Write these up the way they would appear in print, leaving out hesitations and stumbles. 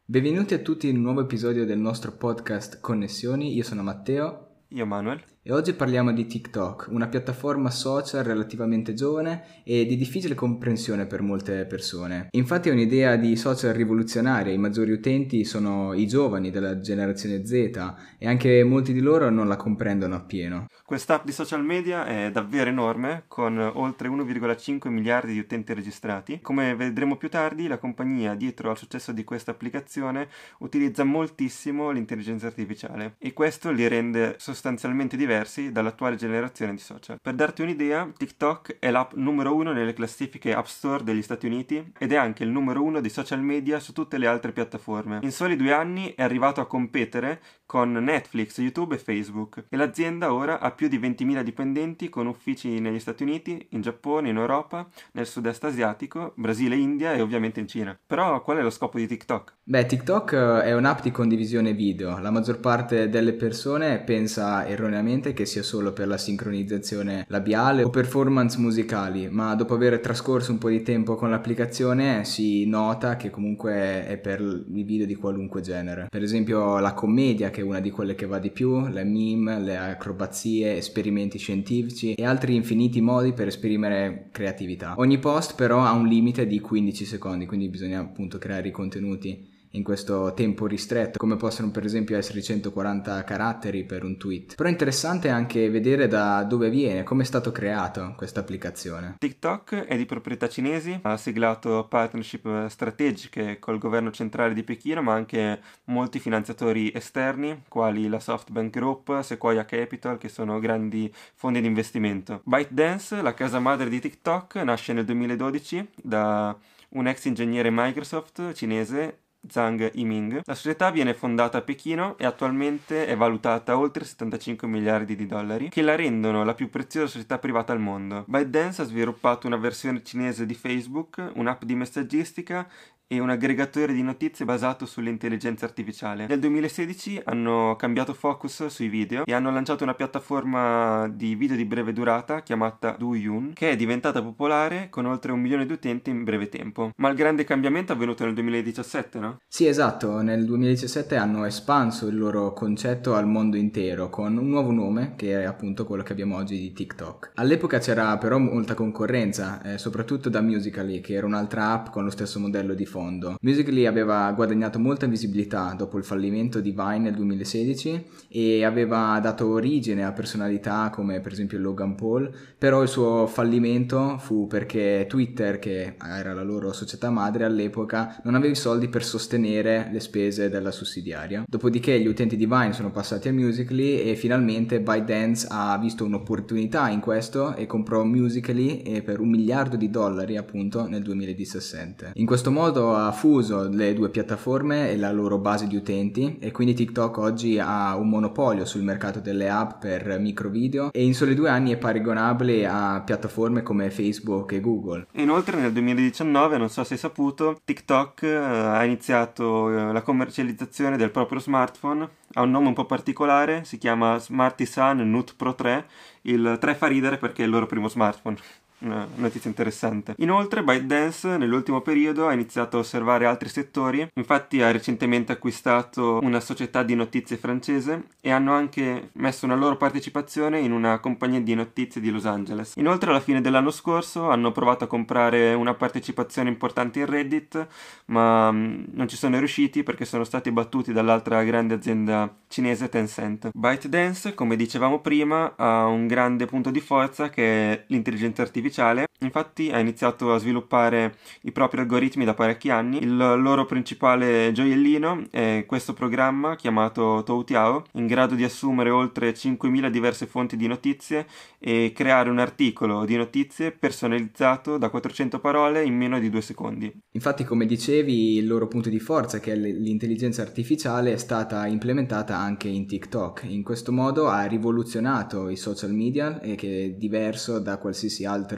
Benvenuti a tutti in un nuovo episodio del nostro podcast Connessioni, io sono Matteo. Io Manuel. E oggi parliamo di TikTok, una piattaforma social relativamente giovane e di difficile comprensione per molte persone. Infatti è un'idea di social rivoluzionaria, i maggiori utenti sono i giovani della generazione Z e anche molti di loro non la comprendono appieno. Quest'app di social media è davvero enorme, con oltre 1,5 miliardi di utenti registrati. Come vedremo più tardi, la compagnia dietro al successo di questa applicazione utilizza moltissimo l'intelligenza artificiale e questo li rende sostanzialmente diversi dall'attuale generazione di social. Per darti un'idea, TikTok è l'app numero 1 nelle classifiche App Store degli Stati Uniti ed è anche il numero 1 dei social media su tutte le altre piattaforme. In soli 2 anni è arrivato a competere con Netflix, YouTube e Facebook e l'azienda ora ha più di 20.000 dipendenti con uffici negli Stati Uniti, in Giappone, in Europa, nel sud-est asiatico, Brasile, India e ovviamente in Cina. Però qual è lo scopo di TikTok? TikTok è un'app di condivisione video. La maggior parte delle persone pensa erroneamente che sia solo per la sincronizzazione labiale o performance musicali, ma dopo aver trascorso un po' di tempo con l'applicazione si nota che comunque è per i video di qualunque genere. Per esempio la commedia, che è una di quelle che va di più, le meme, le acrobazie, esperimenti scientifici e altri infiniti modi per esprimere creatività. Ogni post però ha un limite di 15 secondi, quindi bisogna appunto creare i contenuti in questo tempo ristretto, come possono per esempio essere 140 caratteri per un tweet. Però è interessante anche vedere da dove viene, come è stato creato questa applicazione. TikTok è di proprietà cinesi, ha siglato partnership strategiche col governo centrale di Pechino, ma anche molti finanziatori esterni, quali la SoftBank Group, Sequoia Capital, che sono grandi fondi di investimento. ByteDance, la casa madre di TikTok, nasce nel 2012 da un ex ingegnere Microsoft cinese, Zhang Yiming. La società viene fondata a Pechino e attualmente è valutata a oltre 75 miliardi di dollari, che la rendono la più preziosa società privata al mondo. ByteDance ha sviluppato una versione cinese di Facebook, un'app di messaggistica e un aggregatore di notizie basato sull'intelligenza artificiale. Nel 2016 hanno cambiato focus sui video e hanno lanciato una piattaforma di video di breve durata chiamata Douyin, che è diventata popolare con oltre 1 milione di utenti in breve tempo. Ma il grande cambiamento è avvenuto nel 2017, no? Sì, esatto, nel 2017 hanno espanso il loro concetto al mondo intero con un nuovo nome che è appunto quello che abbiamo oggi di TikTok. All'epoca c'era però molta concorrenza, soprattutto da Musical.ly, che era un'altra app con lo stesso modello di fondo. Musical.ly aveva guadagnato molta visibilità dopo il fallimento di Vine nel 2016 e aveva dato origine a personalità come per esempio Logan Paul, però il suo fallimento fu perché Twitter, che era la loro società madre all'epoca, non aveva i soldi per sostenere le spese della sussidiaria. Dopodiché gli utenti di Vine sono passati a Musical.ly e finalmente ByteDance ha visto un'opportunità in questo e comprò Musical.ly per $1 miliardo appunto nel 2017. In questo modo ha fuso le due piattaforme e la loro base di utenti e quindi TikTok oggi ha un monopolio sul mercato delle app per microvideo e in soli 2 anni è paragonabile a piattaforme come Facebook e Google. Inoltre nel 2019, non so se hai saputo, TikTok ha iniziato la commercializzazione del proprio smartphone. Ha un nome un po' particolare, si chiama Smartisan Note Pro 3. Il 3 fa ridere perché è il loro primo smartphone. Una notizia interessante. Inoltre ByteDance nell'ultimo periodo ha iniziato a osservare altri settori, infatti ha recentemente acquistato una società di notizie francese e hanno anche messo una loro partecipazione in una compagnia di notizie di Los Angeles. Inoltre alla fine dell'anno scorso hanno provato a comprare una partecipazione importante in Reddit, ma non ci sono riusciti perché sono stati battuti dall'altra grande azienda cinese Tencent. ByteDance, come dicevamo prima, ha un grande punto di forza che è l'intelligenza artificiale. Infatti ha iniziato a sviluppare i propri algoritmi da parecchi anni. Il loro principale gioiellino è questo programma chiamato Toutiao, in grado di assumere oltre 5.000 diverse fonti di notizie e creare un articolo di notizie personalizzato da 400 parole in meno di 2 secondi. Infatti, come dicevi, il loro punto di forza, che è l'intelligenza artificiale, è stata implementata anche in TikTok. In questo modo ha rivoluzionato i social media, che è diverso da qualsiasi altra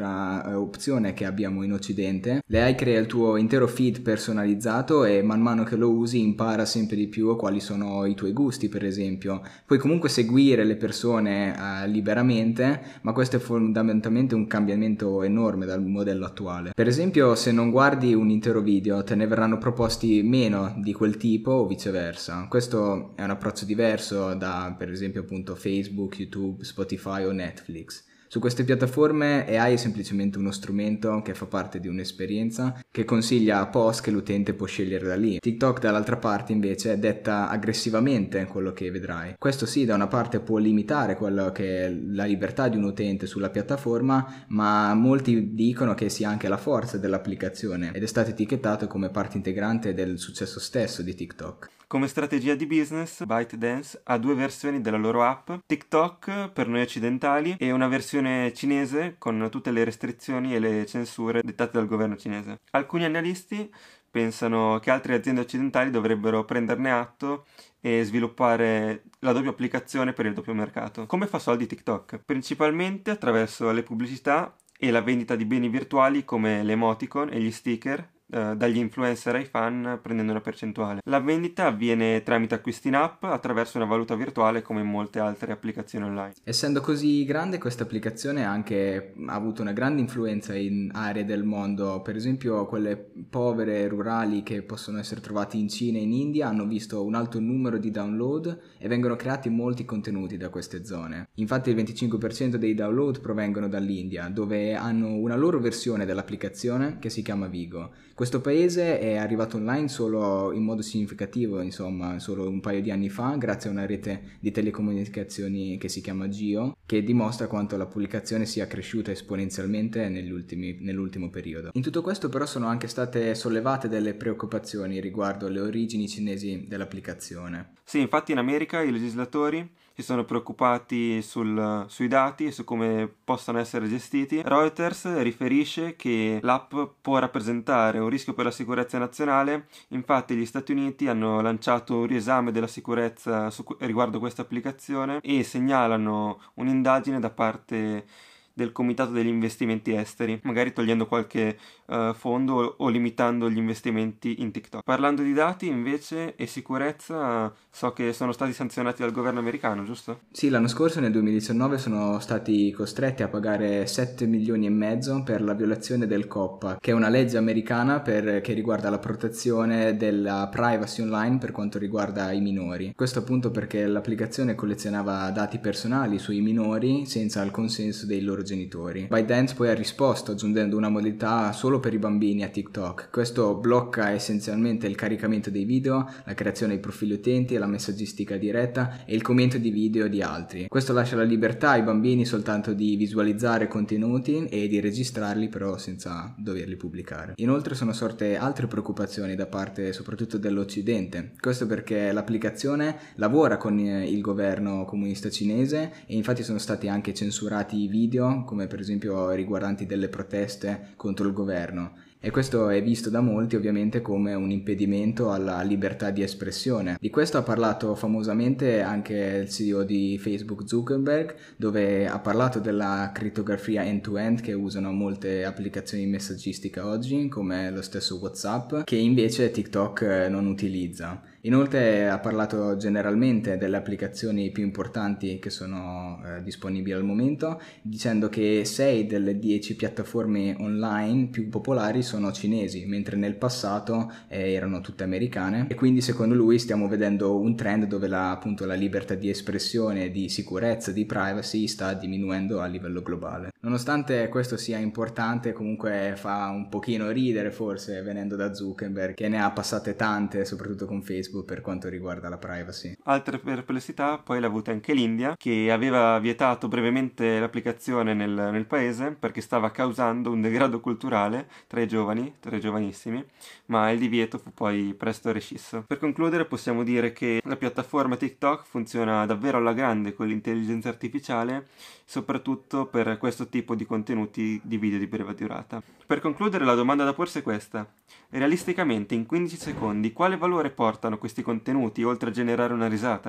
un'altra opzione che abbiamo in Occidente. L'AI crea il tuo intero feed personalizzato e man mano che lo usi impara sempre di più quali sono i tuoi gusti, per esempio. Puoi comunque seguire le persone liberamente, ma questo è fondamentalmente un cambiamento enorme dal modello attuale. Per esempio, se non guardi un intero video, te ne verranno proposti meno di quel tipo o viceversa. Questo è un approccio diverso da, per esempio, appunto Facebook, YouTube, Spotify o Netflix. Su queste piattaforme AI è semplicemente uno strumento che fa parte di un'esperienza che consiglia post che l'utente può scegliere da lì. TikTok dall'altra parte invece detta aggressivamente quello che vedrai. Questo sì, da una parte può limitare quello che è la libertà di un utente sulla piattaforma, ma molti dicono che sia anche la forza dell'applicazione ed è stato etichettato come parte integrante del successo stesso di TikTok. Come strategia di business, ByteDance ha 2 versioni della loro app, TikTok per noi occidentali e una versione cinese con tutte le restrizioni e le censure dettate dal governo cinese. Alcuni analisti pensano che altre aziende occidentali dovrebbero prenderne atto e sviluppare la doppia applicazione per il doppio mercato. Come fa soldi TikTok? Principalmente attraverso le pubblicità e la vendita di beni virtuali come le emoticon e gli sticker, dagli influencer ai fan prendendo una percentuale. La vendita avviene tramite acquisti in app attraverso una valuta virtuale come in molte altre applicazioni online. Essendo così grande, questa applicazione ha avuto una grande influenza in aree del mondo, per esempio quelle povere, rurali, che possono essere trovate in Cina e in India hanno visto un alto numero di download e vengono creati molti contenuti da queste zone. Infatti il 25% dei download provengono dall'India, dove hanno una loro versione dell'applicazione che si chiama Vigo. Questo paese è arrivato online solo in modo significativo, insomma, solo un paio di anni fa, grazie a una rete di telecomunicazioni che si chiama Jio, che dimostra quanto l'applicazione sia cresciuta esponenzialmente nell'ultimo periodo. In tutto questo però sono anche state sollevate delle preoccupazioni riguardo le origini cinesi dell'applicazione. Sì, infatti in America i legislatori si sono preoccupati sui dati e su come possano essere gestiti. Reuters riferisce che l'app può rappresentare un rischio per la sicurezza nazionale, infatti gli Stati Uniti hanno lanciato un riesame della sicurezza riguardo questa applicazione e segnalano un'indagine da parte del Comitato degli Investimenti Esteri, magari togliendo qualche fondo o limitando gli investimenti in TikTok. Parlando di dati invece e sicurezza, so che sono stati sanzionati dal governo americano, giusto? Sì, l'anno scorso nel 2019 sono stati costretti a pagare 7 milioni e mezzo per la violazione del COPPA, che è una legge americana che riguarda la protezione della privacy online per quanto riguarda i minori. Questo appunto perché l'applicazione collezionava dati personali sui minori senza il consenso dei loro genitori. ByteDance poi ha risposto aggiungendo una modalità solo per i bambini a TikTok. Questo blocca essenzialmente il caricamento dei video, la creazione dei profili utenti, la messaggistica diretta e il commento di video di altri. Questo lascia la libertà ai bambini soltanto di visualizzare contenuti e di registrarli, però senza doverli pubblicare. Inoltre sono sorte altre preoccupazioni da parte soprattutto dell'Occidente. Questo perché l'applicazione lavora con il governo comunista cinese e infatti sono stati anche censurati i video come per esempio riguardanti delle proteste contro il governo. E questo è visto da molti ovviamente come un impedimento alla libertà di espressione. Di questo ha parlato famosamente anche il CEO di Facebook Zuckerberg, dove ha parlato della crittografia end-to-end che usano molte applicazioni di messaggistica oggi, come lo stesso WhatsApp, che invece TikTok non utilizza. Inoltre ha parlato generalmente delle applicazioni più importanti che sono disponibili al momento, dicendo che 6 delle 10 piattaforme online più popolari sono cinesi, mentre nel passato erano tutte americane, e quindi secondo lui stiamo vedendo un trend dove appunto la libertà di espressione, di sicurezza, di privacy sta diminuendo a livello globale. Nonostante questo sia importante, comunque fa un pochino ridere forse venendo da Zuckerberg, che ne ha passate tante, soprattutto con Facebook, per quanto riguarda la privacy. Altre perplessità poi l'ha avuta anche l'India, che aveva vietato brevemente l'applicazione nel paese perché stava causando un degrado culturale tra i giovanissimi, ma il divieto fu poi presto rescisso. Per concludere possiamo dire che la piattaforma TikTok funziona davvero alla grande con l'intelligenza artificiale, soprattutto per questo tipo di contenuti di video di breve durata. Per concludere, la domanda da porsi è questa: realisticamente in 15 secondi quale valore portano questi contenuti oltre a generare una risata?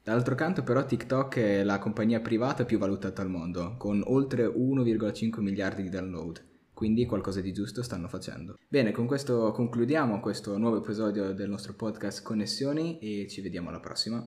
D'altro canto però TikTok è la compagnia privata più valutata al mondo, con oltre 1,5 miliardi di download, quindi qualcosa di giusto stanno facendo. Bene, con questo concludiamo questo nuovo episodio del nostro podcast Connessioni e ci vediamo alla prossima.